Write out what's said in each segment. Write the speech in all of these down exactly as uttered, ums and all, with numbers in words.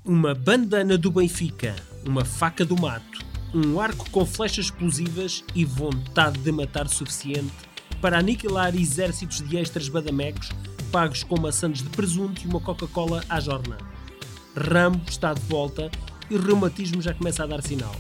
Uma bandana do Benfica, uma faca do mato, um arco com flechas explosivas e vontade de matar suficiente para aniquilar exércitos de extras badamecos pagos com maçãs de presunto e uma Coca-Cola à jornada. Rambo está de volta e o reumatismo já começa a dar sinal.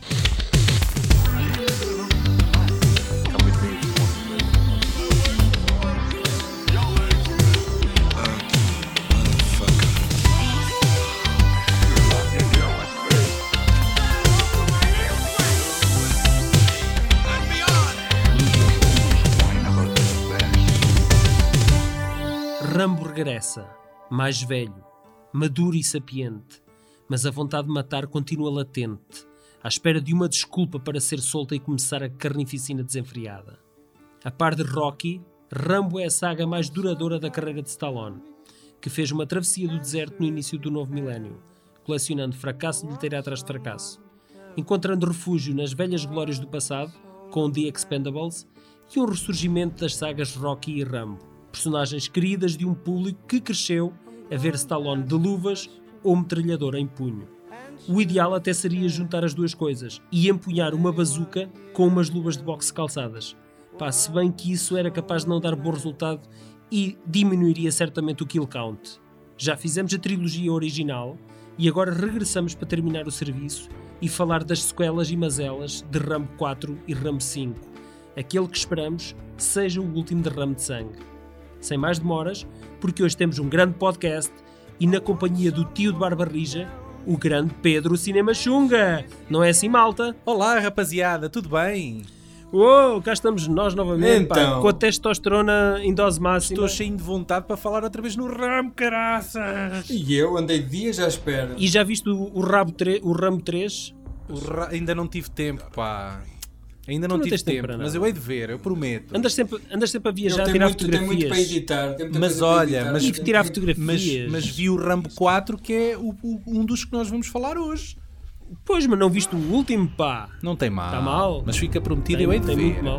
Rambo regressa, mais velho, maduro e sapiente, mas a vontade de matar continua latente, à espera de uma desculpa para ser solta e começar a carnificina desenfreada. A par de Rocky, Rambo é a saga mais duradoura da carreira de Stallone, que fez uma travessia do deserto no início do novo milénio, colecionando fracasso de bilheteira atrás de fracasso, encontrando refúgio nas velhas glórias do passado, com The Expendables, e um ressurgimento das sagas Rocky e Rambo, personagens queridas de um público que cresceu a ver Stallone de luvas ou metralhadora em punho. O ideal até seria juntar as duas coisas e empunhar uma bazuca com umas luvas de boxe calçadas. Pá, se bem que isso era capaz de não dar bom resultado e diminuiria certamente o kill count. Já fizemos a trilogia original e agora regressamos para terminar o serviço e falar das sequelas e mazelas de Rambo quatro e Rambo cinco. Aquele que esperamos seja o último derrame de sangue. Sem mais demoras, porque hoje temos um grande podcast e na companhia do tio de barba rija, o grande Pedro Cinema Xunga. Não é assim, malta? Olá, rapaziada, tudo bem? Uou, cá estamos nós novamente, então, pá, com a testosterona em dose máxima. Estou cheio de vontade para falar outra vez no Rambo, caraças! E eu andei dias à espera. E já viste o, o, Rabo tre- o Rambo três? O ra- ainda não tive tempo, pá. Ainda não, não tive tempo, tempo, mas eu hei de ver, eu prometo. Andas sempre, andas sempre a viajar, a tem tirar muito, fotografias. Tem muito para editar. Tem muita Mas coisa olha, para editar, mas- E tirar fotografias. Mas, mas vi o Rambo quatro, que é o, o- um dos que nós vamos falar hoje. Pois, mas não viste o último, pá. Não tem mal. Tá mal. Mas fica prometido, Tem, eu hei de tem ver. muito mal.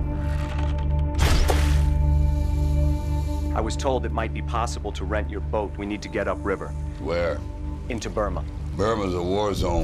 I was told it might be possible to rent your boat. We need to get upriver. Where? Into Burma. Burma's a war zone.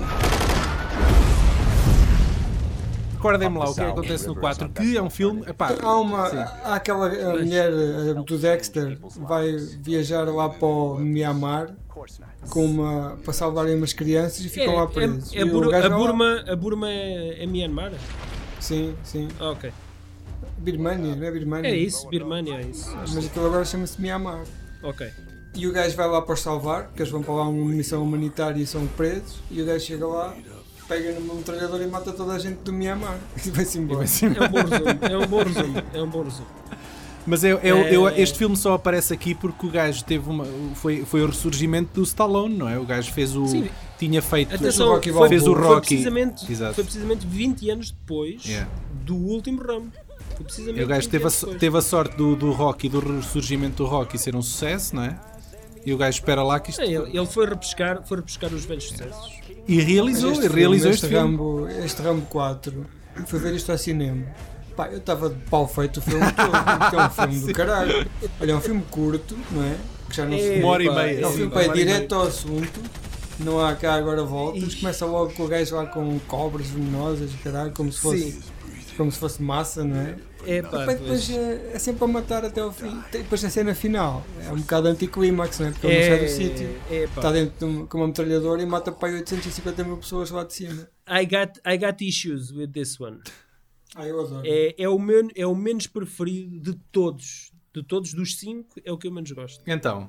Recordem-me lá o que é que acontece no quatro, que é um filme... Epá, Há, uma, sim. há aquela a mulher a, do Dexter vai viajar lá para o Myanmar com uma, para salvarem umas crianças e ficam lá presos. É, é, é E o Bur- gajo a, vai lá- Burma, a Burma é, é Myanmar? Sim, sim. Ah, ok. Birmânia, não é Birmânia? É isso, Birmania, é isso. Mas aquilo agora chama-se Myanmar. Ok. E o gajo vai lá para os salvar, porque eles vão para lá uma missão humanitária e são presos. E o gajo chega lá, pega numa metralhadora e mata toda a gente do Myanmar. E vai-se embora. É um bom resumo, é um bom resumo, é um bom resumo. Mas eu, eu, É- eu- este filme só aparece aqui porque o gajo teve uma... Foi, foi o ressurgimento do Stallone, não é? O gajo fez o... Sim. Tinha feito... Atenção, Rocky foi, fez o foi Rocky. precisamente, Exato. foi precisamente vinte anos depois Yeah. do último Rambo. Foi precisamente E o gajo vinte teve a, anos so- depois. teve a sorte do, do Rocky, do ressurgimento do Rocky ser um sucesso, não é? E o gajo espera lá que isto... É, ele, ele foi repescar, foi repescar os velhos sucessos. E realizou, Mas e realizou este, este filme. Rambo, este Rambo quatro, fui ver isto ao cinema. Pá, eu estava de pau feito o filme todo, porque é um filme do caralho. Olha, é um filme curto, não é? Que já não se Uma hora e pá, meia, É um sim, filme uma para hora ir e direto ao assunto. Não há cá agora voltas. Começa logo com o gajo lá com cobras venenosas, caralho, como se fosse, como se fosse massa, não é? É pá, Depois, depois é, é sempre a matar até ao fim. Depois a cena final é um bocado anticlímax, não é? Porque ele não sai do sítio. É pá. Está dentro de um, com uma metralhadora e mata para aí oitocentas e cinquenta mil pessoas lá de cima. I got, I got issues with this one. Ah, eu adoro. É, é, o men, é o menos preferido de todos. De todos, dos cinco, é o que eu menos gosto. Então,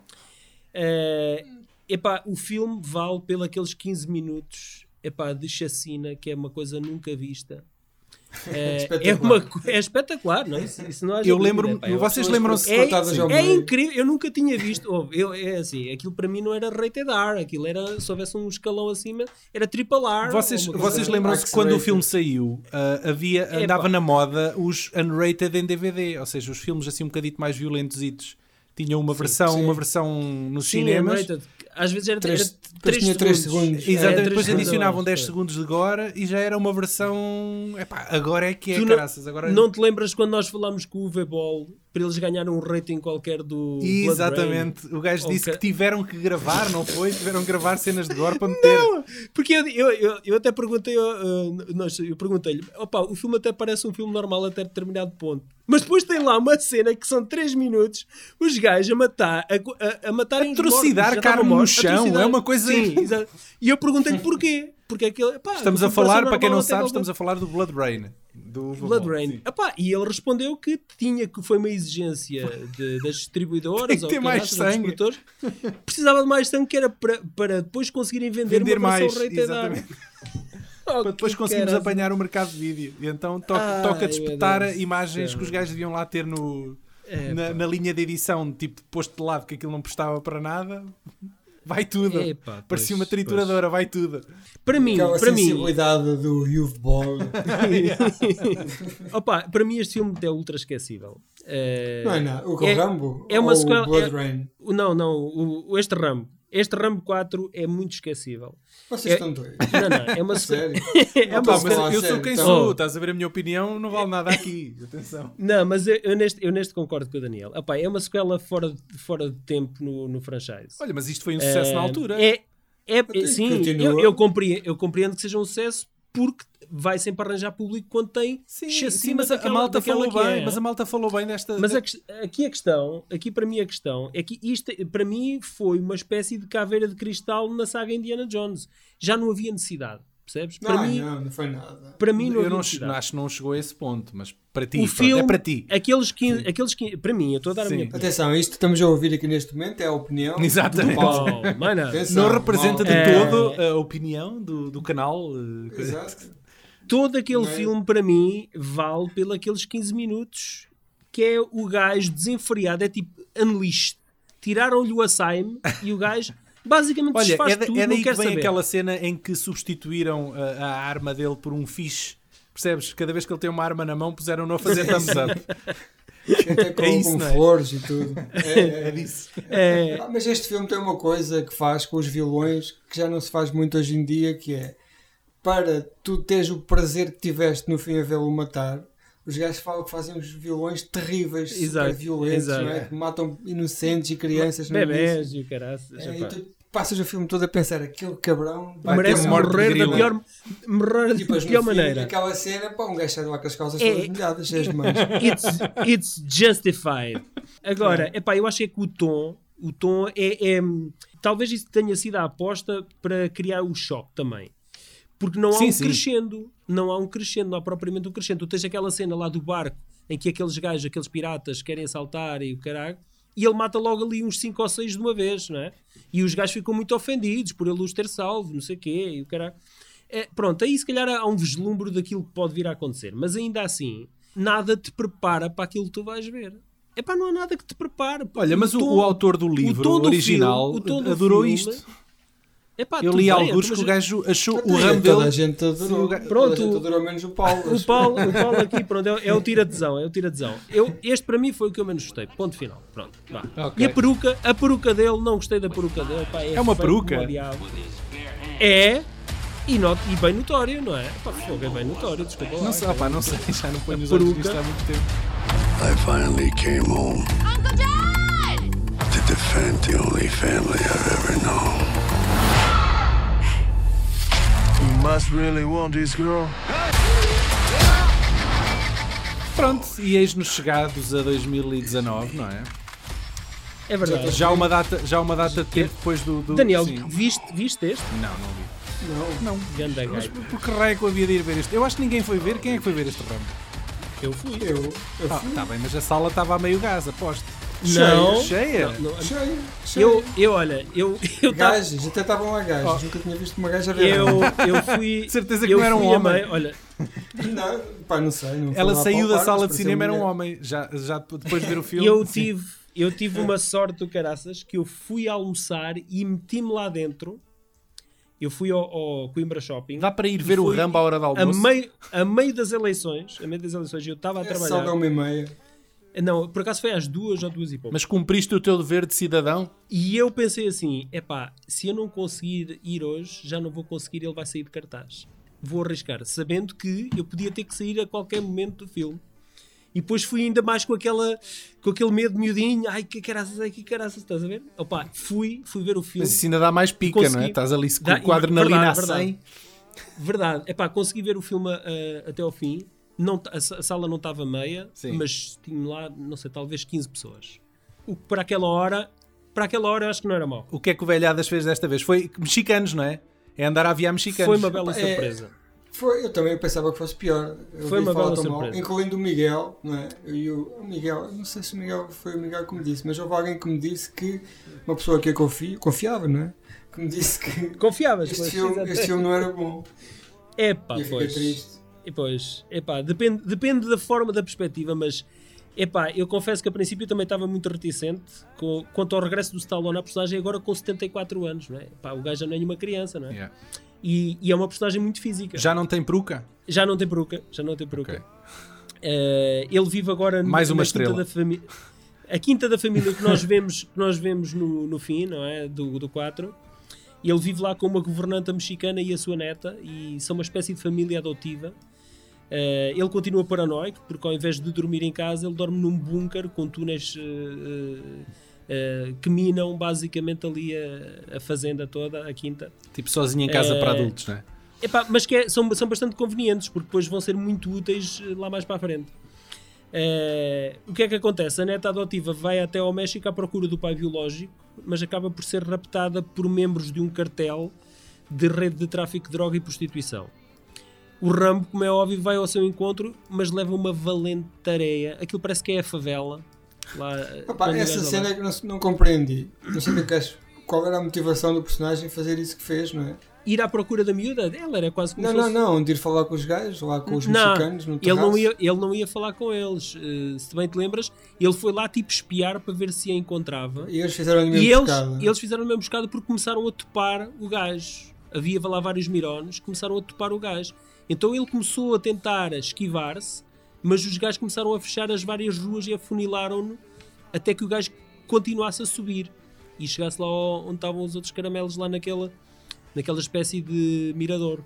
É, epá, o filme vale pelos aqueles quinze minutos epá, de chacina, que é uma coisa nunca vista. É, Espetacular. é, uma, co- é espetacular, não é? Isso, isso não há eu dúvida, lembro-me... epá, eu- Vocês pessoas lembram-se... É, cortadas ao é meio. incrível, eu nunca tinha visto. Oh, eu, é assim, aquilo para mim não era rated R, aquilo era, se houvesse um escalão acima, era triple R. Vocês, ou uma coisa vocês assim. lembram-se que quando o X-rated. filme saiu, ah, havia, Epá. andava na moda os unrated em D V D, ou seja, os filmes assim um bocadito mais violentositos. Tinham uma versão, sim. uma versão nos Sim, cinemas. unrated. Às vezes era Três- era depois três tinha três segundos. segundos. Exatamente, É, três depois segundos. adicionavam dez Foi. segundos de agora e já era uma versão. Epá, agora é que é, Tu não- caraças. Agora... Não te lembras quando nós falámos com o V-Ball para eles ganharem um rating qualquer do Blood Exatamente. Rain. O gajo disse Ok. que tiveram que gravar, não foi? Tiveram que gravar cenas de gore para meter. Não, porque eu, eu, eu, eu até perguntei, uh, nós, eu perguntei-lhe, opa, o filme até parece um filme normal até determinado ponto. Mas depois tem lá uma cena que são três minutos, os gajos a matar, a, a, a matarem os mortos, Atrocidar já carne estavam no mortos, chão, atrocidar- é uma coisa- Sim, exato. E eu perguntei-lhe porquê. Porque aquele, pá, Estamos o a filme falar, parece para quem não normal até sabe, que estamos a falar do Blood Rain. Do Blood Rain. Sim. Epá, e ele respondeu que tinha, que foi uma exigência de- das distribuidoras Tem que ou ter mais caraças, ou dos sangue. produtores, precisava de mais sangue que era para, para depois conseguirem vender, Vender uma versão mais, rated R. exatamente. Oh, Para depois que conseguirmos caraças. apanhar o mercado de vídeo. E então to Ai, toca meu despetar Deus do imagens céu. que os gajos deviam lá ter no, É, na, pá. na linha de edição, tipo, posto de lado que aquilo não prestava para nada. Vai tudo. É, pá, Parecia pois, uma trituradora, vai tudo. Para mim, Aquela para mim, sensibilidade do Hugh Ball. opa, para mim este filme é ultra esquecível. Eh, Não é nada. O é- Rambo? é uma ou sequela- o Blood é- Rain? o- Não, não, o, o- este Rambo. Este Rambo quatro é muito esquecível. Vocês É- estão doidos. Não, não, é uma sequela. Sério? é Opa, uma mas sequela- lá, eu sou sério, quem então- sou, estás a ver a minha opinião, não vale nada aqui. Atenção. Não, mas eu, eu neste, eu neste concordo com o Daniel. Epá, é uma sequela fora, de- fora de tempo no, no franchise. Olha, mas isto foi um sucesso na Eh, altura. É, é, Até sim, continua. eu, eu, compreendo, eu compreendo que seja um sucesso porque vai sempre arranjar público quando tem Sim, chacina sim, mas a, a daquela- malta daquela falou que bem. é. Mas a malta falou bem desta. Mas a ques- aqui a questão, aqui para mim a questão é que isto para mim foi uma espécie de caveira de cristal na saga Indiana Jones. Já não havia necessidade, percebes? Para Não, mim, não, não foi nada. para mim não eu havia não, necessidade. acho que não chegou a esse ponto, mas para ti, O pronto, filme, é para ti. aqueles quinze, aqueles quinze, para mim, eu estou a dar a Sim. minha opinião. Atenção, isto que estamos a ouvir aqui neste momento é a opinião Exatamente. do Paulo. Oh, mano, Atenção, Não representa de malta. todo a opinião do, do canal. eh, Exato. todo aquele Não é? filme para mim vale pelos aqueles quinze minutos que é o gajo desenfreado, é tipo unleashed. Tiraram-lhe o Asylum e o gajo basicamente Olha, desfaz é, da- tudo, é não daí que quer vem saber. aquela cena em que substituíram a, a arma dele por um fixe. Percebes? Cada vez que ele tem uma arma na mão, puseram-no a fazer thumbs up. Até com, É isso, com não é? flores e tudo. É, É disso. É, Ah, mas este filme tem uma coisa que faz com os vilões que já não se faz muito hoje em dia, que é para tu teres o prazer que tiveste no fim a vê-lo matar, os gajos falam que fazem uns vilões terríveis, Exato, super violentos, exato. não é? Que matam inocentes e crianças no início. bebés e o caraças. É, epá. e tu passas o filme todo a pensar, aquele cabrão vai Merece ter morte de morrer da grilo. pior, morrer E da depois no pior fim, maneira. aquela cena, pá, um gajo sai de lá com as calças É. todas molhadas, cheias de mãos. It's, it's justified. Agora, epá, eu acho é que o tom, o tom é, é- talvez isso tenha sido a aposta para criar o choque também. Porque não há Sim, um sim. crescendo, não há um crescendo, não há propriamente um crescendo. Tu tens aquela cena lá do barco em que aqueles gajos, aqueles piratas querem assaltar e o caralho, e ele mata logo ali uns cinco ou seis de uma vez, não é? E os gajos ficam muito ofendidos por ele os ter salvo, não sei o quê, e o caralho. É, pronto, aí se calhar há um vislumbre daquilo que pode vir a acontecer, mas ainda assim, nada te prepara para aquilo que tu vais ver. Epá, não há nada que te prepare. Olha, mas o, tom- o autor do livro tom do original filme- o tom do adorou filme- isto. Epá, Eu tudo li bem, alguns então, que o mas- gajo achou o Toda ramo a dele. gente adorou. Sim, o ga- Toda Pronto. a gente adorou, menos o Paulo. O Paulo, o Paulo aqui, pronto, é, é o tira-tesão, é o tira-tesão. Eu, este para mim foi o que eu menos gostei. Ponto final. Pronto, vá. Ok. E a peruca, a peruca dele, não gostei da peruca dele. Pá, É uma feio peruca? como o diabo. É, e, not, e bem notório, não é? Pá, fogo, é bem notório, desculpa lá. Não sei, opá, não sei, já não ponho A os olhos peruca. nisto há muito tempo. I finally came home Uncle John! to defend the only family I've ever known. You must really want this girl. Pronto, e eis-nos chegados a dois mil e dezanove, não é? É verdade. Já uma data, já uma data de tempo depois do. do Daniel, sim. viste, viste este? Não, não vi. Não. Ganda Mas gajo. por que raio é que eu havia de ir ver este? Eu acho que ninguém foi ver. Quem é que foi ver este ramo? Eu fui. Eu, eu Ah, fui. tá bem, mas a sala estava a meio gás, aposto. Não. Cheia? Não, não. Cheio, cheio. Eu, eu, olha, eu eu tava- Gajos, até estavam lá gajos. Oh. Nunca tinha visto uma gaja ver. eu, eu fui. De certeza que eu não era um fui a homem. meio- olha, Não, pá, não sei. Não fui Ela lá saiu da palpar, sala mas de parecia cinema, era um mulher. homem. Já, já depois de ver o filme. eu sim. tive, eu tive uma sorte do caraças que eu fui almoçar e meti-me lá dentro. Eu fui ao, ao Coimbra Shopping. Dá para ir e ver o foi Rambo à hora do a almoço. meio, a meio das eleições. A meio das eleições, eu estava a É trabalhar. só da uma e meia. Não, por acaso foi às duas ou duas e pouco. Mas cumpriste o teu dever de cidadão? E eu pensei assim: epá, se eu não conseguir ir hoje, já não vou conseguir, ele vai sair de cartaz. Vou arriscar, sabendo que eu podia ter que sair a qualquer momento do filme. E depois fui ainda mais com, aquela, com aquele medo miudinho. Ai, que caraças, ai, que caraças, estás a ver? Opa, fui, fui ver o filme. Mas isso ainda dá mais pica, consegui... não é? Estás ali com Dá... o adrenalina a verdade, cem. Verdade. Epá, consegui ver o filme uh, até ao fim. Não, a, a sala não estava meia, Sim. mas tinha lá, não sei, talvez quinze pessoas. O que para aquela hora, para aquela hora eu acho que não era mau. O que é que o Velhadas fez desta vez? Foi mexicanos, não é? É andar a aviar mexicanos. Foi uma bela Opa, é- surpresa. Foi, eu também pensava que fosse pior. Eu Foi ouvi uma falar bela tão mal, surpresa. incluindo o Miguel, não é? E o, o Miguel, não sei se o Miguel foi o Miguel que me disse, mas houve alguém que me disse que uma pessoa que eu confio, confiava, não é? Que me disse que Confiavas? este mas filme, exatamente. este filme não era bom. Epá, E eu fiquei pois. triste. E pois, epá, depende, depende da forma, da perspectiva, mas epá, eu confesso que a princípio também estava muito reticente com, quanto ao regresso do Stallone à personagem agora com setenta e quatro anos, não é? Epá, o gajo já não é nenhuma criança, não é? Yeah. E, e é uma personagem muito física. Já não tem peruca? Já não tem peruca, já não tem peruca. Ok. Eh, ele vive agora no- Mais uma na estrela. Quinta da Família. A Quinta da Família que nós vemos, que nós vemos no, no fim, não é? Do, do quatro. Ele vive lá com uma governanta mexicana e a sua neta e são uma espécie de família adotiva. Eh, ele continua paranoico porque ao invés de dormir em casa ele dorme num bunker com túneis eh, eh, que minam basicamente ali a, a fazenda toda, a quinta. Tipo sozinho em casa Eh, para adultos, não é? Epá, mas que é- são, são bastante convenientes porque depois vão ser muito úteis eh, lá mais para a frente. Eh, o que é que acontece? A neta adotiva vai até ao México à procura do pai biológico, mas acaba por ser raptada por membros de um cartel de rede de tráfico de droga e prostituição. O Rambo, como é óbvio, vai ao seu encontro, mas leva uma valente tareia. Aquilo parece que é a favela. Lá, Opa, quando o essa gajo cena lá- é que não, não compreendi. Não sei o que é que acho. Qual era a motivação do personagem fazer isso que fez, não é? Ir à procura da miúda, ela era quase como Não, se não, fosse... não, de ir falar com os gajos, lá com os Não, mexicanos no ele terraço. não, ia, ele não ia falar com eles. Uh, se bem te lembras, ele foi lá tipo espiar para ver se a encontrava. E eles fizeram a mesma E eles, pescada. eles fizeram a mesma buscada porque começaram a topar o gajo. Havia lá vários mirones, começaram a topar o gajo. Então ele começou a tentar esquivar-se, mas os gajos começaram a fechar as várias ruas e afunilaram-no até que o gajo continuasse a subir e chegasse lá ao- onde estavam os outros caramelos, lá naquela, naquela espécie de mirador.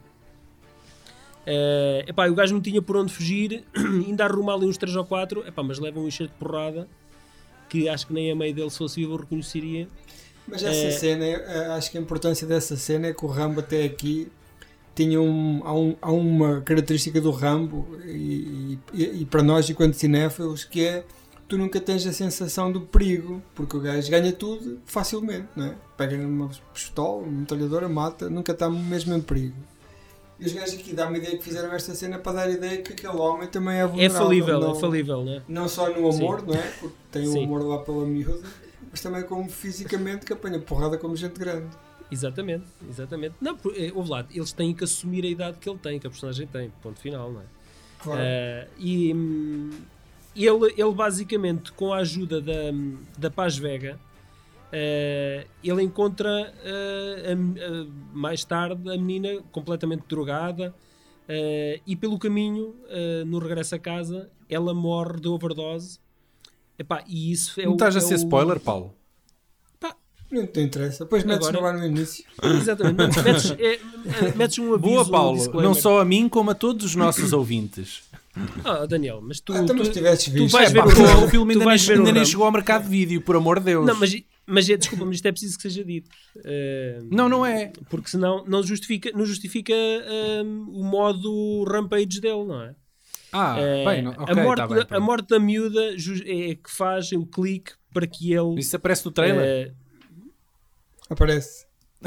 Eh, epá, o gajo não tinha por onde fugir, ainda arruma ali uns três ou quatro, epá, mas leva um enxerto de porrada que acho que nem a meio dele, se fosse vivo, eu reconheceria. Mas essa É- cena, eh, acho que a importância dessa cena é que o Rambo até aqui tinha um, há, um, há uma característica do Rambo e, e, e para nós enquanto cinéfilos que é tu nunca tens a sensação do perigo, porque o gajo ganha tudo facilmente, não é? Pega numa pistola, uma metralhadora, mata, nunca está mesmo em perigo. E os gajos aqui dá-me a ideia que fizeram esta cena para dar a ideia que aquele homem também é É vulnerável. falível, não, é falível, não é? não só no amor, não é? Porque tem o Sim. amor lá pela miúda, mas também como fisicamente que apanha porrada como gente grande. Exatamente, exatamente. Não, por- eh, ouve lá, eles têm que assumir a idade que ele tem, que a personagem tem, ponto final, não é? Claro. Eh, e hum, ele, ele basicamente, com a ajuda da, da Paz Vega, eh, ele encontra eh, a- a- mais tarde a menina completamente drogada eh, e pelo caminho, eh, no regresso a casa, ela morre de overdose. Epá, e isso é Não o, estás a é ser o- spoiler, Paulo? Não te interessa. Depois metes Agora- no ar no início. Exatamente, metes, é, é, metes um aviso, Boa, um Paulo. disclaimer. Não só a mim, como a todos os nossos ouvintes. Ah, Daniel, mas tu, Ah, então, mas tu, tivesses tu visto. vais É, ver pá, o pô, Rambo, o filme tu ainda, vais nem, ver o ainda nem Rambo. chegou ao mercado de vídeo, por amor de Deus. Não, mas, mas é, desculpa, mas isto é preciso que seja dito. Eh, não, não é. Porque senão não justifica, não justifica ehm, o modo rampage dele, não é? Ah, Eh, bem, não, ok, a, morte tá bem, da, a pronto. morte da miúda ju- é que faz o clique para que ele. Isso aparece no trailer? eh, Aparece.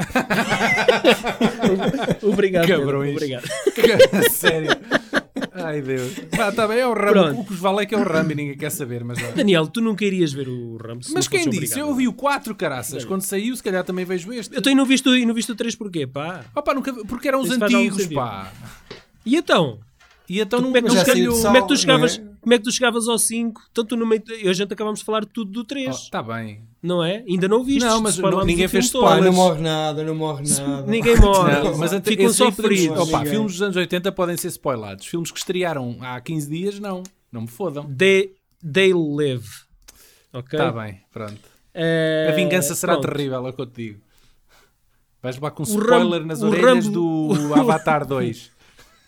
obrigado, Pedro, Cabrões. obrigado. Sério. Ai, Deus. Vá, tá bem, é o Rambo. Pronto. O que os vale é que é o Rambo e ninguém quer saber. Mas, vá. Daniel, tu nunca irias ver o Rambo. se mas não quem fosses disse? obrigado. Eu ouvi o quatro, caraças. Sério. Quando saiu, se calhar também vejo este. Eu tenho não visto, e não visto o três porquê, pá? Opa, nunca... Porque eram os Isso faz algum antigos, sentido. pá. E então? E então Como é que não tu já chega- saiu de como é que tu sala, chegavas, não é? como é que tu chegavas ao cinco? Tanto no meio, e a gente acabamos de falar tudo do três, Está bem. não é? Ainda não viste. Não, mas spoilamos não- ninguém o filme fez todo. Pá, spoilers. não morre nada, não morre nada. Ninguém morre. Não, mas antes- ficam esse só aí podemos- feridos. Opa, Ninguém. filmes dos anos oitenta podem ser spoilados. Filmes que estrearam há quinze dias, não. Não me fodam. They, they live. Ok? Está bem, pronto. Eh, A vingança será pronto. terrível, é o que eu te digo. Vais levar com um O spoiler Rambo- nas o orelhas Rambo- do Avatar dois.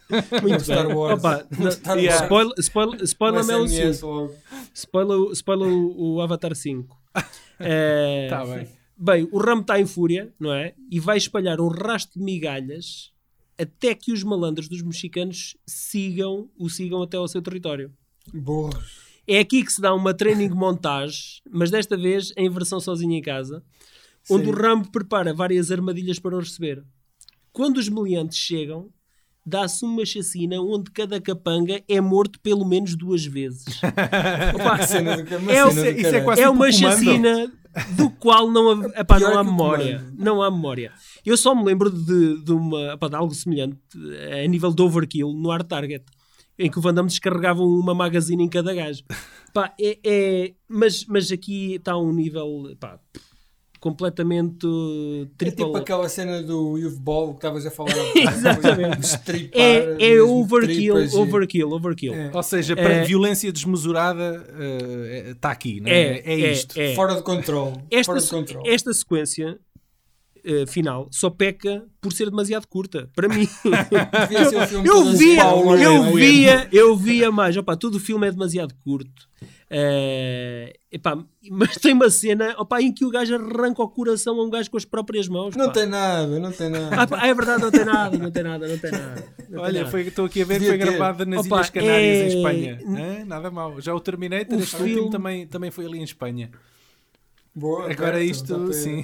Muito Star bem. Wars. Opa, No Star Yeah. spoiler, spoiler, spoiler, Um Melo S M S cinco. logo. Spoiler, spoiler o, o Avatar cinco. É, Tá bem. bem, o Rambo está em fúria, não é? E vai espalhar um rastro de migalhas até que os malandros dos mexicanos sigam, o sigam até ao seu território. Burros. É aqui que se dá uma training montage, mas desta vez em versão sozinho em casa, onde Sim. o Rambo prepara várias armadilhas para o receber. Quando os meliantes chegam, dá-se uma chacina onde cada capanga é morto pelo menos duas vezes. Opa, Cena do, uma é, o- cena do isso é caralho. quase- é uma tipo comando. chacina do qual não há, epá, Pior não há que o memória. comando. Não há memória. Eu só me lembro de, de, uma, epá, de algo semelhante a nível de overkill no Hard Target, em que o Van Damme descarregava uma magazine em cada gajo. Pá, é, é- mas, mas aqui está um nível pá, completamente É triple. tipo aquela cena do Youth Ball que estavas a falar. Exatamente. Estripar, É, é mesmo overkill, tripas e- overkill, overkill. É. Ou seja, para É. violência desmesurada está aqui, não é? É, É, isto. é. Fora de controle. Esta, Fora de controle. esta sequência eh, final só peca por ser demasiado curta. Para mim. Devia ser um filme eu todo assim, via, Paulo, eu não é? via, eu via mais. Opa, todo o filme é demasiado curto. Eh, epá, mas tem uma cena opa, em que o gajo arranca o coração a um gajo com as próprias mãos. Não pá. tem nada, não tem nada. Ah, pá, é verdade, não tem nada, não tem nada, não tem nada. Não tem Olha, nada. foi- estou aqui a ver que Devia foi ter. gravada nas Opa, Ilhas Canárias, é- em Espanha. Hã? Nada mal. Já o Terminator, O este filme- último também, também foi ali em Espanha. Boa, Agora perto, isto, dá para- sim.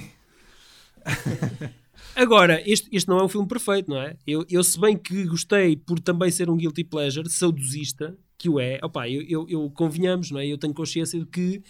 Agora, este, este não é um filme perfeito, não é? Eu, eu, se bem que gostei por também ser um guilty pleasure, saudosista, que o é, opa, eu, eu, eu convenhamos, não é? Eu tenho consciência de que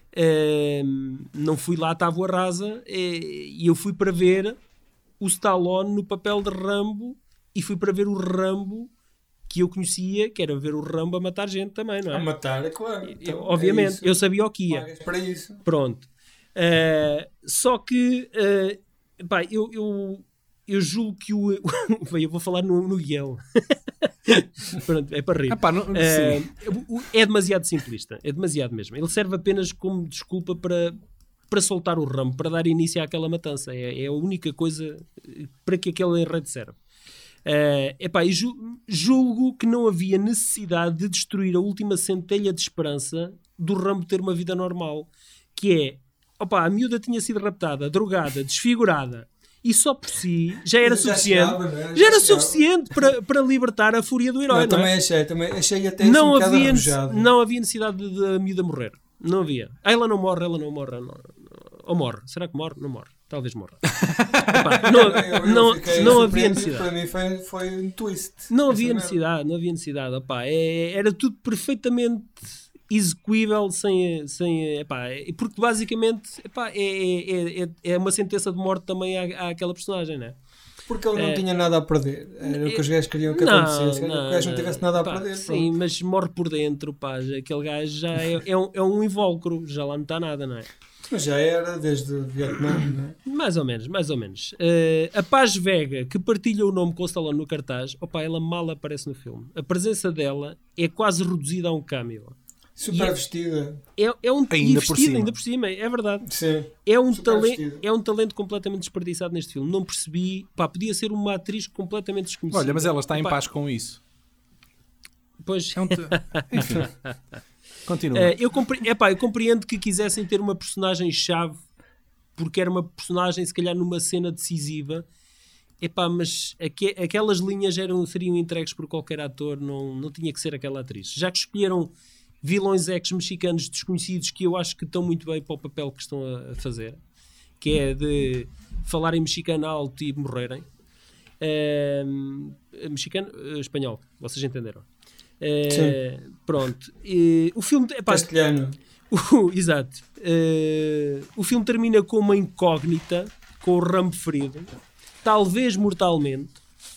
ehm, não fui lá à tábua rasa eh, e eu fui para ver o Stallone no papel de Rambo e fui para ver o Rambo que eu conhecia, que era ver o Rambo a matar gente também, não é? A matar, é claro. Eu- Então, obviamente, é isso. eu sabia o que ia. Pagas para isso. Pronto. Uh, só que uh, pá, eu, eu, eu julgo que o. Bem, eu vou falar no, no guião. Pronto, é para rir. Ah, pá, não- Uh, sim. o- é demasiado simplista. É demasiado mesmo. Ele serve apenas como desculpa para, para soltar o ramo, para dar início àquela matança. É, é a única coisa para que aquele enredo serve. Uh, epá, e ju- julgo que não havia necessidade de destruir a última centelha de esperança do Rambo ter uma vida normal, que é, opa, a miúda tinha sido raptada, drogada, desfigurada, e só por si já era Já suficiente, chegava, não é? já Já era chegava. suficiente para, para libertar a fúria do herói, Não, não, também é? achei, também achei até isso um Não bocado havia, arrojado. não havia necessidade de, de a miúda morrer, não havia. Ah, ela não morre, ela não morre, não, ou morre, será que morre? Não morre, talvez morra. Epá, não, Eu- eu não, fiquei não havia surpreendido, necessidade. Para mim foi, foi um twist. Não Essa havia merda. necessidade, não havia necessidade. Opá, é- era tudo perfeitamente execuível sem, sem epá, é- porque basicamente epá, é, é, é, é uma sentença de morte também à, àquela personagem, não é? Porque ele não É. tinha nada a perder. Era o que os gajos queriam que Não, acontecesse. Era que o gajo não tivesse nada a pá, perder. sim, pronto. mas morre por dentro, pá, já- aquele gajo já é, é, um, é um invólucro, já lá não está nada, não é? Mas já era desde o Vietnã, não é? Mais ou menos, mais ou menos. Eh, a Paz Vega, que partilha o nome com o Stallone no cartaz, opa, ela mal aparece no filme. A presença dela é quase reduzida a um cameo. Super E é- vestida. É, é um Ainda e por vestido, cima. ainda por cima, é verdade. Sim. É um, Super talen- vestida. é um talento completamente desperdiçado neste filme. Não percebi, pá, podia ser uma atriz completamente desconhecida. Olha, mas ela está em Pá, paz com isso. Pois, É um te- Enfim. Continua. eh, eu, compre- epá, eu compreendo que quisessem ter uma personagem-chave, porque era uma personagem, se calhar, numa cena decisiva. Epá, mas aque- aquelas linhas eram, seriam entregues por qualquer ator, não, não tinha que ser aquela atriz. Já que escolheram vilões ex-mexicanos desconhecidos que eu acho que estão muito bem para o papel que estão a, a fazer, que é de falarem mexicano alto e morrerem. Ehm, mexicano, eh, espanhol, vocês entenderam. Eh, pronto. E o filme, epá, Castelhano. o- exato. Eh, o filme termina com uma incógnita, com o Rambo ferido, talvez mortalmente.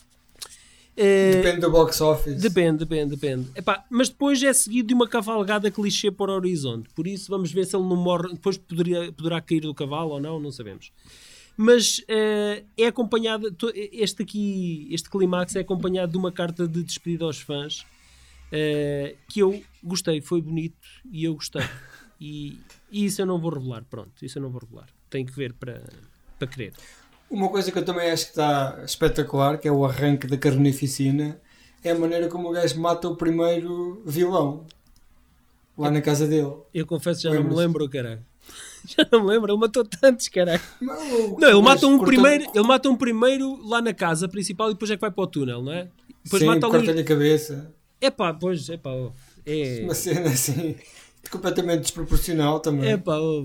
Eh, Depende do box office. Depende, depende, depende. Epá, mas depois é seguido de uma cavalgada clichê para o horizonte. Por isso vamos ver se ele não morre. Depois poderia, poderá cair do cavalo ou não, não sabemos. Mas eh, é acompanhado, to- este aqui, este clímax é acompanhado de uma carta de despedida aos fãs eh, que eu gostei, foi bonito e eu gostei. E, e isso eu não vou revelar, pronto, isso eu não vou revelar. Tenho que ver para, para querer. Uma coisa que eu também acho que está espetacular, que é o arranque da carnificina, é a maneira como o gajo mata o primeiro vilão. Lá na casa dele. Eu confesso que já não me Lembra-se? lembro, caralho. Já não me lembro, ele matou tantos, caralho. Mas o- Não, ele o mata gajo um cortou- primeiro, ele mata um primeiro lá na casa principal e depois é que vai para o túnel, não é? Depois Sim, mata corta-lhe ali. a cabeça. Epá, pois, epá, ó, é. Uma cena assim, completamente desproporcional também. Epá, ó.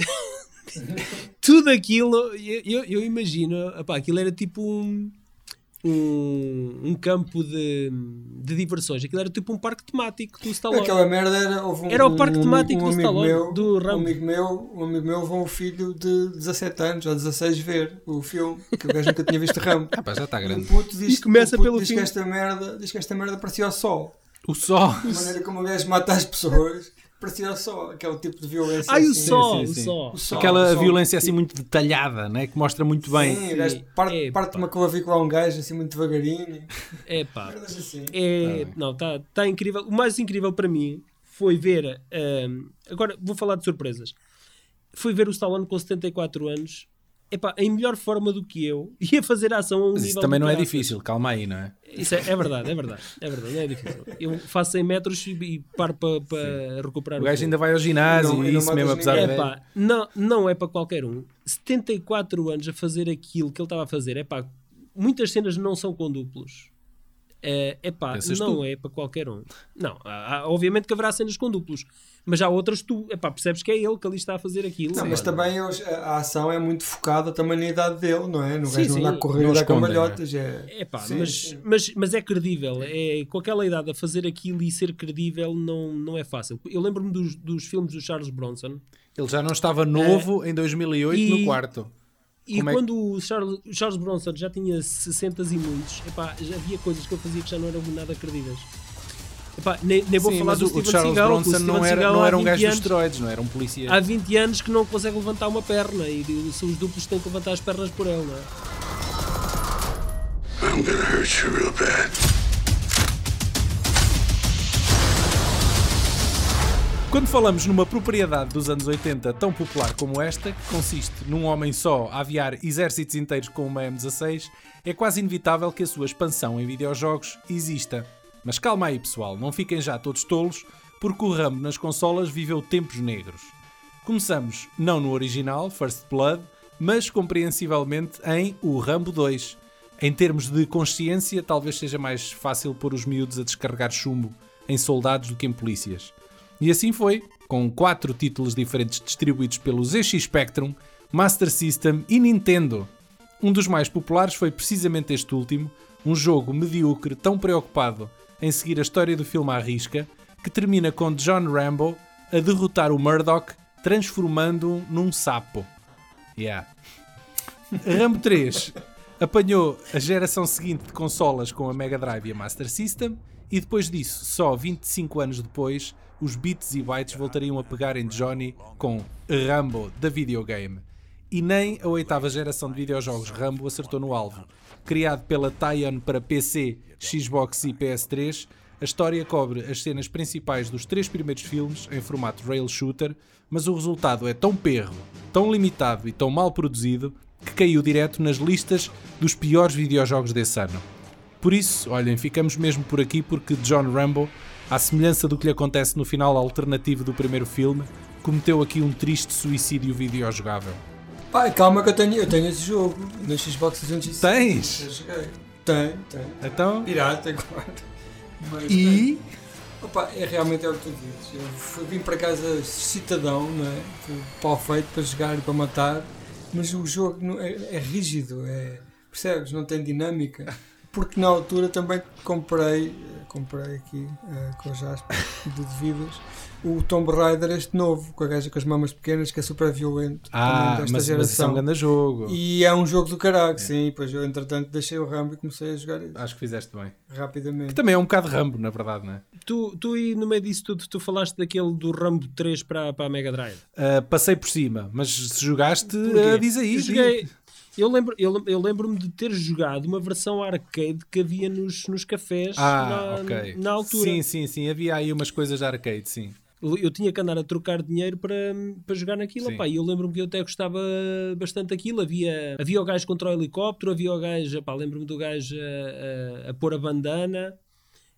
Tudo aquilo, eu, eu, eu imagino, epá, aquilo era tipo um, um, um campo de, de diversões, aquilo era tipo um parque temático do Stallone. Aquela merda era. Houve um, Era o parque um, temático um do amigo Stallone, meu, do um Rambo. amigo meu, um amigo meu levou um filho de dezassete anos ou dezasseis ver o filme, que o gajo nunca tinha visto Rambo. Ah, pá, já está O grande. puto diz, E começa o puto pelo diz fim. que esta merda, diz que esta merda parecia o sol. O Sol. A maneira como o gajo mata as pessoas parecia o sol. Aquele tipo de violência. Ai, o assim. sol, sim, o sim. sol. O sol, Aquela o sol. violência assim muito detalhada, né? Que mostra muito bem. Sim, o gajo parte, Epá. parte uma clavícula a um gajo assim muito devagarinho. Epá, Merdas assim. é, não, está tá incrível. O mais incrível para mim foi ver, ahm, agora vou falar de surpresas, foi ver o Stallone com setenta e quatro anos, epá, em melhor forma do que eu, e a fazer ação a um Mas nível isso também do não é caraças. difícil, calma aí, não é? Isso é, é verdade, é verdade, é verdade, não é difícil. Eu faço cem metros e, e paro para pa recuperar O o gajo fogo. ainda vai ao ginásio Não- e e não isso matas mesmo, apesar de ninguém. velho. Epá, não, não é para qualquer um. setenta e quatro anos a fazer aquilo que ele estava a fazer, epá, muitas cenas não são com duplos. É, epá, Pensas não tu? é para qualquer um. Não, há- há- obviamente que haverá cenas com duplos, mas há outras que tu, epá, percebes que é ele que ali está a fazer aquilo. Não, mas Epá, também hoje a a ação é muito focada também na idade dele, não é? No Sim, gajo não sim. anda a correr Não e dar escondem, cambalhotas. É... Epá, Sim, mas, sim. Mas, mas é credível. É, com aquela idade a fazer aquilo e ser credível não, não é fácil. Eu lembro-me dos, dos filmes do Charles Bronson. Ele já não estava novo em dois mil e oito e- no quarto. E Como é que- quando o Charles, o Charles Bronson já tinha sessenta e muitos, epá, já havia coisas que eu fazia que já não eram nada credíveis. Epá, nem, nem vou Sim, falar mas do o, o Steven Charles Seagal, que o Bronson Steven não era, Seagal não há era um vinte gajo dos anos- esteroides, não era um polícia. Há vinte anos que não consegue levantar uma perna e se os duplos têm que levantar as pernas por ele, não é? I'm gonna hurt you real bad. Quando falamos numa propriedade dos anos oitenta tão popular como esta, que consiste num homem só a aviar exércitos inteiros com uma M dezasseis, é quase inevitável que a sua expansão em videojogos exista. Mas calma aí, pessoal, não fiquem já todos tolos, porque o Rambo nas consolas viveu tempos negros. Começamos não no original, First Blood, mas compreensivelmente em o Rambo dois. Em termos de consciência, talvez seja mais fácil pôr os miúdos a descarregar chumbo em soldados do que em polícias. E assim foi, com quatro títulos diferentes distribuídos pelo Z X Spectrum, Master System e Nintendo. Um dos mais populares foi precisamente este último, um jogo medíocre tão preocupado em seguir a história do filme à risca, que termina com John Rambo a derrotar o Murdoch, transformando-o num sapo. Yeah. Rambo três apanhou a geração seguinte de consolas com a Mega Drive e a Master System, e depois disso, só vinte e cinco anos depois, os bits e bytes voltariam a pegar em Johnny com Rambo da videogame. E nem a oitava geração de videojogos Rambo acertou no alvo. Criado pela Tyon para P C, Xbox e P S três, a história cobre as cenas principais dos três primeiros filmes em formato rail shooter, mas o resultado é tão perro, tão limitado e tão mal produzido que caiu direto nas listas dos piores videojogos desse ano. Por isso, olhem, ficamos mesmo por aqui porque John Rambo, à semelhança do que lhe acontece no final alternativo do primeiro filme, cometeu aqui um triste suicídio videojogável. Pai, calma que eu tenho, eu tenho esse jogo no Xbox trezentos e sessenta. Tens? Eu joguei. Tenho, tenho. Então, Pirata, claro. Mas e... tenho. Opa, é realmente é o que tu dizes. Eu fui, vim para casa cidadão, não é? Fui pau feito para jogar e para matar, mas o jogo não, é, é rígido, é, percebes? Não tem dinâmica. Porque na altura também comprei, comprei aqui uh, com as aspas de devidas, o Tomb Raider, este novo, com a gaja com as mamas pequenas, que é super violento. Ah, também desta mas, mas isso é geração. um grande jogo. E é um jogo do caralho, sim. Pois eu, entretanto, deixei o Rambo e comecei a jogar isso Acho que fizeste bem. rapidamente. Que também é um bocado Rambo, na verdade, não é? Tu, tu e no meio disso tudo, tu falaste daquele do Rambo três para, para a Mega Drive. Uh, passei por cima, mas se jogaste, Porquê? uh, diz aí. Eu diz. joguei- Eu, lembro, eu, eu lembro-me de ter jogado uma versão arcade que havia nos, nos cafés Ah, na, ok. na altura. Sim, sim, sim. Havia aí umas coisas de arcade, sim. Eu tinha que andar a trocar dinheiro para, para jogar naquilo. Sim. Opá, e eu lembro-me que eu até gostava bastante daquilo. Havia, havia o gajo contra o helicóptero, havia o gajo, opá, lembro-me do gajo a, a, a pôr a bandana.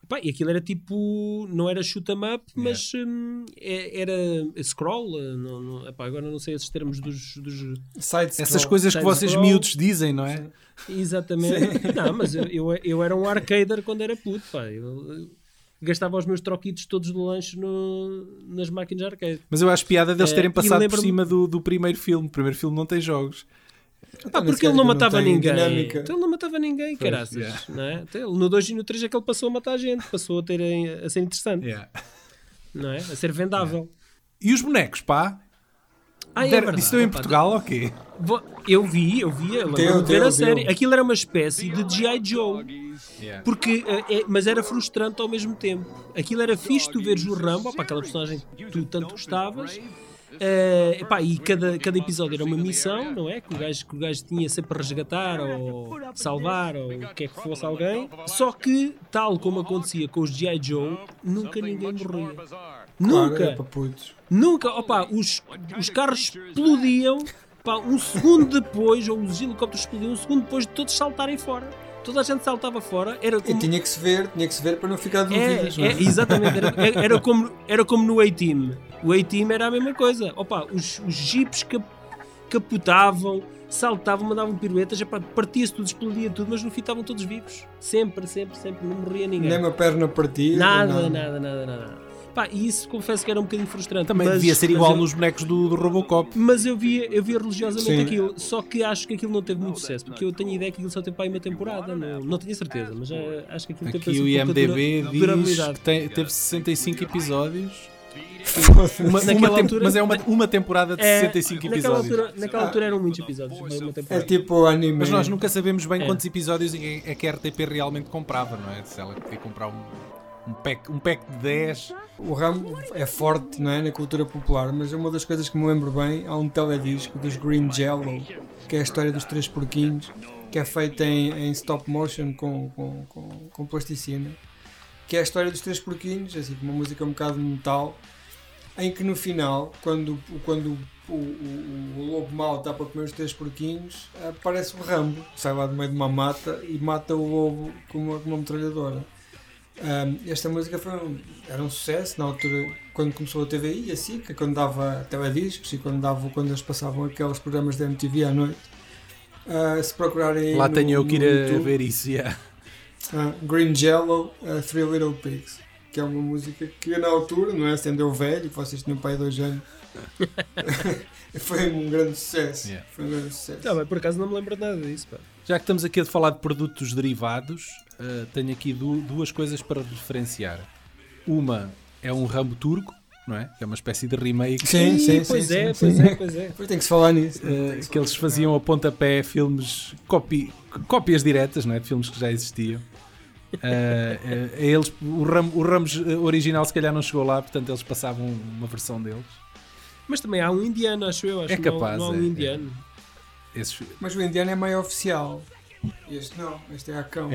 Epá, e aquilo era tipo, não era shoot 'em up, mas hum, é- era scroll. eh, Não, não, epá, agora não sei esses termos dos. dos... Side Essas scroll. coisas que Side vocês scroll. miúdos dizem, não é? Exatamente. Não, mas eu, eu, eu era um arcader quando era puto, pá. Eu, eu gastava os meus troquitos todos do lanche no, nas máquinas arcade. Mas eu acho piada deles Eh, terem e passado por lembro-me- cima do, do primeiro filme. O primeiro filme não tem jogos. Ah, nesse porque ele caso não que matava tem ninguém. dinâmica. Então ele não matava ninguém, caraças. yeah. Não é? Então, ele, no dois e no três é que ele passou a matar gente, passou a, ter, a ser interessante, Yeah. não é? A ser vendável. E os bonecos, pá? Ah, é Der- verdade. Isso deu em Pá, Portugal, ok. Vou- Eu vi, eu vi, eu Deu, lembro de ver deu, a série. deu. Aquilo era uma espécie de G I. Joe. Porque, eh, é- mas era frustrante ao mesmo tempo. Aquilo era fixe tu veres o Rambo, para aquela personagem que tu tanto gostavas. Eh, epá, e cada, cada episódio era uma missão, não é? Que o, gajo, que o gajo tinha sempre a resgatar ou salvar ou o que é que fosse alguém. Só que, tal como acontecia com os G I. Joe, nunca ninguém morria. Claro, Nunca! é para putos. Nunca, opa, os, os carros explodiam, pá, um segundo depois, ou os helicópteros explodiam um segundo depois de todos saltarem fora. Toda a gente saltava fora, era E como... tinha que se ver, tinha que se ver para não ficar É, dúvidas, não é, é? exatamente, era, era, como, era como no A-Team. O A-Team era a mesma coisa. Opa, os, os jeeps cap, capotavam, saltavam, mandavam piruetas, epá, partia-se tudo, explodia tudo, mas no fim estavam todos vivos. Sempre, sempre, sempre, não morria ninguém. Nem uma perna partida. Nada, nada, nada, nada. Pá, e isso confesso que era um bocadinho frustrante. Também mas, devia ser mas igual eu- nos bonecos do, do Robocop. Mas eu via, eu via religiosamente Sim. aquilo, só que acho que aquilo não teve muito sucesso, porque eu tenho a ideia que aquilo só tem para aí uma temporada, não, não tenho certeza, mas eh, acho que aquilo Aqui teve o assim, I M D B pouca diz durabilidade. que tem- teve sessenta e cinco episódios. Uma, Naquela uma tem- altura- mas é uma, uma temporada de É, sessenta e cinco naquela episódios. altura, naquela altura eram muitos episódios, uma, uma É temporada. tipo anime. Mas nós nunca sabemos bem É. quantos episódios é é que a R T P realmente comprava, não é? Se ela queria comprar um, um, pack, um pack de dez. O Rambo é forte, não é, na cultura popular, mas é uma das coisas que me lembro bem. Há um teledisco dos Green Jello, que é a história dos três porquinhos, que é feita em, em stop motion com, com, com, com plasticina, que é a história dos três porquinhos, assim, com uma música um bocado de metal, em que no final, quando, quando o, o, o lobo mau está para comer os três porquinhos, aparece o Rambo, sai lá do meio de uma mata e mata o lobo com uma, com uma metralhadora. Um, esta música foi um, era um sucesso na altura, quando começou a T V I, assim, que quando dava telediscos e quando, dava, quando eles passavam aqueles programas da M T V à noite. Uh, se procurarem aí Lá no, tenho eu que no ir a YouTube, ver isso. Yeah. uh, Green Jello, uh, Three Little Pigs, que é uma música que na altura, não é? Sendo eu velho, que vocês tinham pai de dois anos, foi um grande sucesso. Yeah. Foi um grande sucesso. Tá bem, por acaso não me lembro nada disso, pá. Já que estamos aqui a falar de produtos derivados, uh, tenho aqui du- duas coisas para diferenciar. Uma é um Rambo turco, não é? Que é uma espécie de remake. Sim, sim, pois sim, é, sim, pois sim. é, pois é. Depois tem que se falar nisso. Uh, que eles faziam a pontapé filmes, copi, cópias diretas, não é? De filmes que já existiam. Uh, uh, eles, o, Ram, o Ramos original se calhar não chegou lá, portanto eles passavam uma versão deles. Mas também há um indiano, acho eu. Acho É que não- capaz, não há um é, é. indiano. Esses, Mas o indiano é meio oficial. Este não, este é a cão.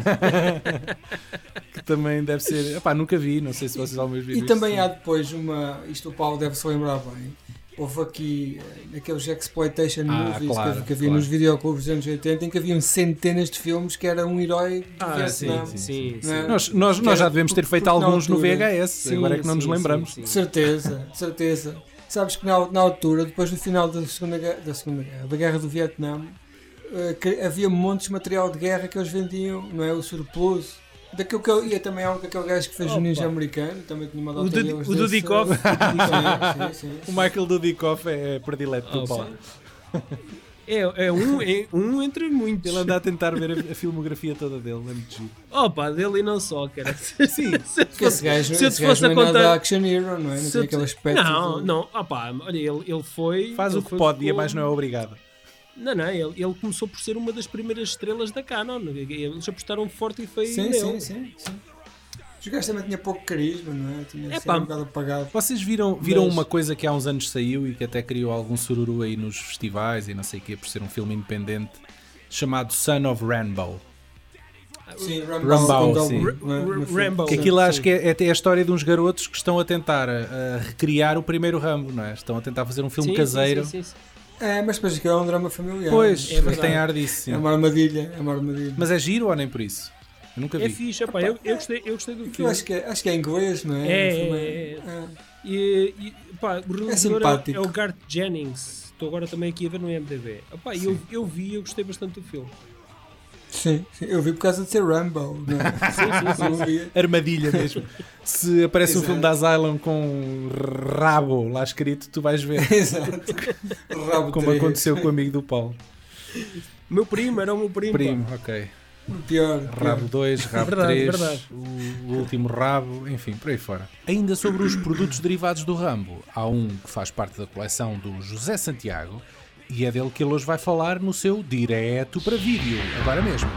que também deve ser. Epá, nunca vi, não sei se vocês alguma vez viram E isto. também há depois uma. Isto o Paulo deve se lembrar bem. Houve aqui eh, aqueles exploitation Ah, movies claro, que, que havia claro. nos videoclubes dos anos oitenta, em que haviam centenas de filmes que era um herói do Ah, Vietnã. sim, sim, Não é? sim. Nós, nós, Que nós era- já devemos ter feito porque na alguns no altura- V H S, Sim, agora é que não nos sim, lembramos. sim, De sim. certeza, de certeza. Sabes que na, na altura, depois do final da Segunda Guerra, da, Segunda Guerra, da Guerra do Vietnã, eh, que havia montes de material de guerra que eles vendiam, não é? O surplus. Daquilo que eu ia também há um daquele gajo que fez o Opa. Ninja americano, também tinha uma O data Dudi- deles o desse- Dudikoff. Sim, sim, sim. O Michael Dudikoff é predileto do Oh, Paulo. É, é, um, é um entre muitos. Ele anda a tentar ver a, a filmografia toda dele, é muito giro. Opa, dele e não só, cara. Sim, se eu Porque esse fosse, gajo, se eu esse te gajo fosse a não é nada contar. action hero, não é? Não se tem eu aquele te- aspecto. Não, de- não, opa, olha, ele, ele foi. faz ele o que foi pode e é com- mais não é obrigado. Não, não, ele, ele começou por ser uma das primeiras estrelas da Canon. Eles apostaram forte e foi Sim, nele. sim, sim, sim. Os gajos também tinha pouco carisma, não é? Tinha É assim, pá. um bocado apagado. Vocês viram, viram Mas- uma coisa que há uns anos saiu e que até criou algum sururu aí nos festivais e não sei o quê, por ser um filme independente, chamado Son of Rambo. Sim, Rambo, com sim. Dalbo, não é? No filme. Rambo. Que Sim, aquilo acho sim. que é, é até a história de uns garotos que estão a tentar a, a recriar o primeiro Rambo, não é? Estão a tentar fazer um filme Sim, caseiro. sim, sim, sim. É, mas depois aquilo é um drama familiar. Pois, É verdade. tem ar disso, sim. É uma armadilha, é uma armadilha. Mas é giro ou nem por isso? Eu nunca É vi. fixe, epá, eu, eu, gostei, eu gostei do Eu filme. acho que, é, acho que é inglês, não é? É, O filme é, é. Ah. E, e pá, o realizador é, simpático. é o Garth Jennings. Estou agora também aqui a ver no I M D B. Epá, eu, eu vi e eu gostei bastante do filme. Sim, sim, eu vi por causa de ser Rambo. Não é? Sim, sim, Não vi. Armadilha mesmo. Se aparece um Exato. filme da Asylum com rabo lá escrito, tu vais ver. Exato. Rabo Como três. aconteceu com o amigo do Paulo. Meu primo, era o meu primo. Primo, pá. ok. Pior. Rabo dois, rabo Verdade, três, verdade. o, o último rabo, enfim, por aí fora. Ainda sobre os produtos derivados do Rambo, há um que faz parte da coleção do José Santiago e é dele que ele hoje vai falar no seu Direto para Vídeo, agora mesmo.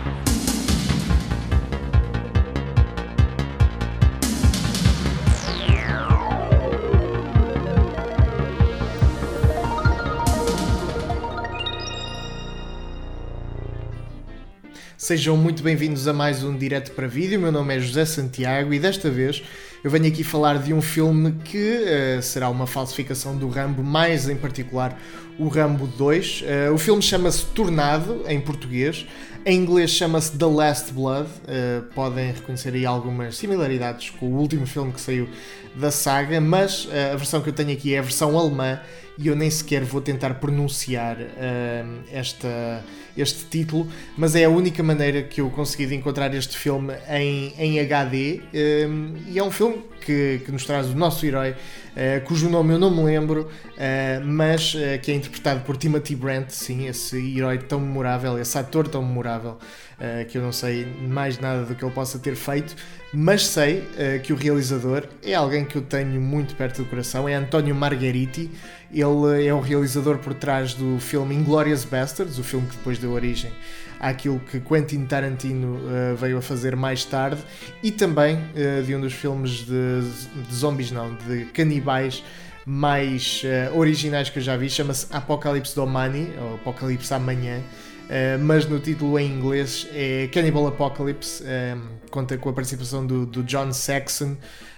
Sejam muito bem-vindos a mais um Direto para Vídeo. O meu nome é José Santiago e desta vez eu venho aqui falar de um filme que uh, será uma falsificação do Rambo, mais em particular o Rambo dois. Uh, o filme chama-se Tornado, em português. Em inglês chama-se The Last Blood. Uh, podem reconhecer aí algumas similaridades com o último filme que saiu da saga, mas uh, a versão que eu tenho aqui é a versão alemã e eu nem sequer vou tentar pronunciar uh, esta, este título, mas é a única maneira que eu consegui de encontrar este filme em, em H D, um, e é um filme que, que nos traz o nosso herói, uh, cujo nome eu não me lembro, uh, mas uh, que é interpretado por Timothy Brent, sim, esse herói tão memorável, esse ator tão memorável, uh, que eu não sei mais nada do que ele possa ter feito, mas sei uh, que o realizador é alguém que eu tenho muito perto do coração, é Antonio Margheriti. Ele é o realizador por trás do filme Inglourious Basterds, o filme que depois deu origem àquilo que Quentin Tarantino uh, veio a fazer mais tarde, e também uh, de um dos filmes de, de zombies, não, de canibais mais uh, originais que eu já vi, chama-se Apocalypse Domani, ou Apocalipse Amanhã, uh, mas no título em inglês é Cannibal Apocalypse, um, conta com a participação do, do John Saxon.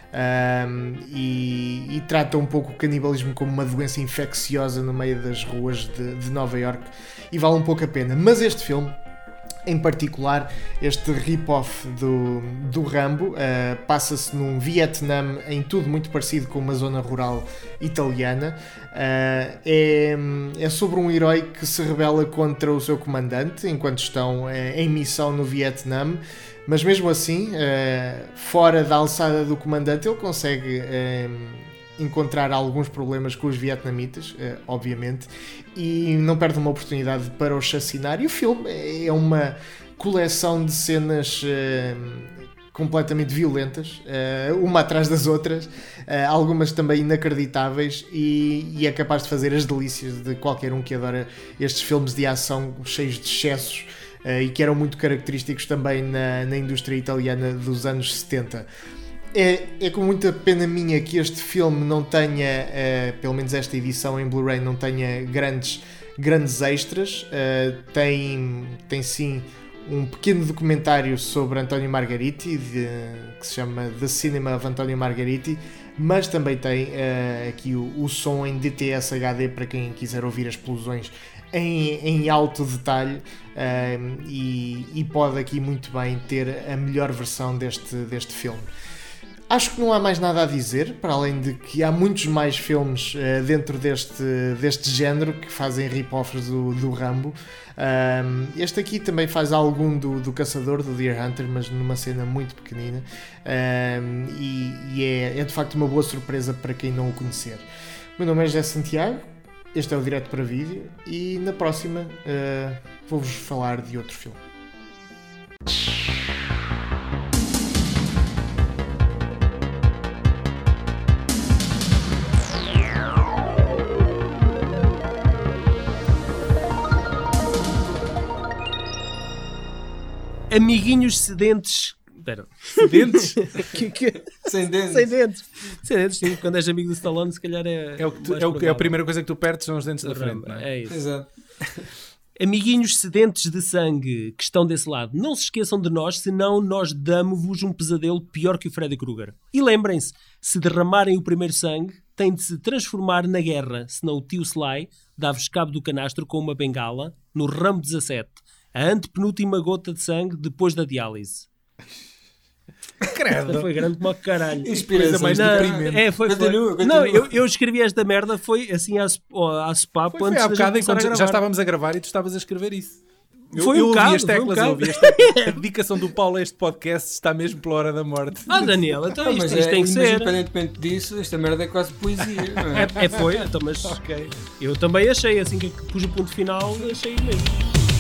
Um, e, e trata um pouco o canibalismo como uma doença infecciosa no meio das ruas de, de Nova Iorque, e vale um pouco a pena. Mas este filme, em particular, este rip-off do, do Rambo, uh, passa-se num Vietnã em tudo muito parecido com uma zona rural italiana. Uh, é, é sobre um herói que se rebela contra o seu comandante enquanto estão uh, em missão no Vietnã. Mas mesmo assim, uh, fora da alçada do comandante, ele consegue uh, encontrar alguns problemas com os vietnamitas, uh, obviamente, e não perde uma oportunidade para os chacinar. E o filme é uma coleção de cenas uh, completamente violentas, uh, uma atrás das outras, uh, algumas também inacreditáveis, e, e é capaz de fazer as delícias de qualquer um que adora estes filmes de ação cheios de excessos, Uh, e que eram muito característicos também na, na indústria italiana dos anos setenta. É, é com muita pena minha que este filme não tenha, uh, pelo menos esta edição em Blu-ray, não tenha grandes, grandes extras. Uh, tem, tem sim um pequeno documentário sobre Antonio Margheriti, de, que se chama The Cinema of Antonio Margheriti, mas também tem uh, aqui o, o som em D T S H D para quem quiser ouvir as explosões Em, em alto detalhe, um, e, e pode aqui muito bem ter a melhor versão deste, deste filme. Acho que não há mais nada a dizer, para além de que há muitos mais filmes uh, dentro deste, deste género que fazem rip-offs do, do Rambo. Um, este aqui também faz algum do, do Caçador, do Deer Hunter, mas numa cena muito pequenina, um, e, e é, é de facto uma boa surpresa para quem não o conhecer. O meu nome é José Santiago. Este é o Direto para Vídeo e na próxima uh, vou-vos falar de outro filme. Amiguinhos sedentes. Espera. Dentes? que, que... Sem dentes. Sem dentes. Sem dentes, sim. Quando és amigo do Stallone, se calhar é. É, o que tu, é, o que, é a primeira coisa que tu perdes, são os dentes da frente, não é? É isso. Exato. Amiguinhos sedentes de sangue que estão desse lado, não se esqueçam de nós, senão nós damos-vos um pesadelo pior que o Freddy Krueger. E lembrem-se, se derramarem o primeiro sangue, têm de se transformar na guerra, senão o tio Sly dá-vos cabo do canastro com uma bengala no Rambo dezassete, a antepenúltima gota de sangue depois da diálise. Credo. Foi grande como o caralho. Coisa mais Não, deprimente. é, foi, foi. Continua, continua. Não, eu, eu escrevi esta merda, foi assim à sopapo Foi, foi antes há da gente bocado, começar a enquanto já gravar. estávamos a gravar e tu estavas a escrever isso. Eu, Foi um eu ouvi bocado, as foi um teclas, eu bocado. ouvi as teclas. A dedicação do Paulo a este podcast está mesmo pela hora da morte. Ah, Daniel, então Ah, isto, mas isto é, tem que mas ser. independentemente disso, esta merda é quase poesia, não é? É, é foi, então, mas Ok. eu também achei, assim que pus o ponto final, achei mesmo.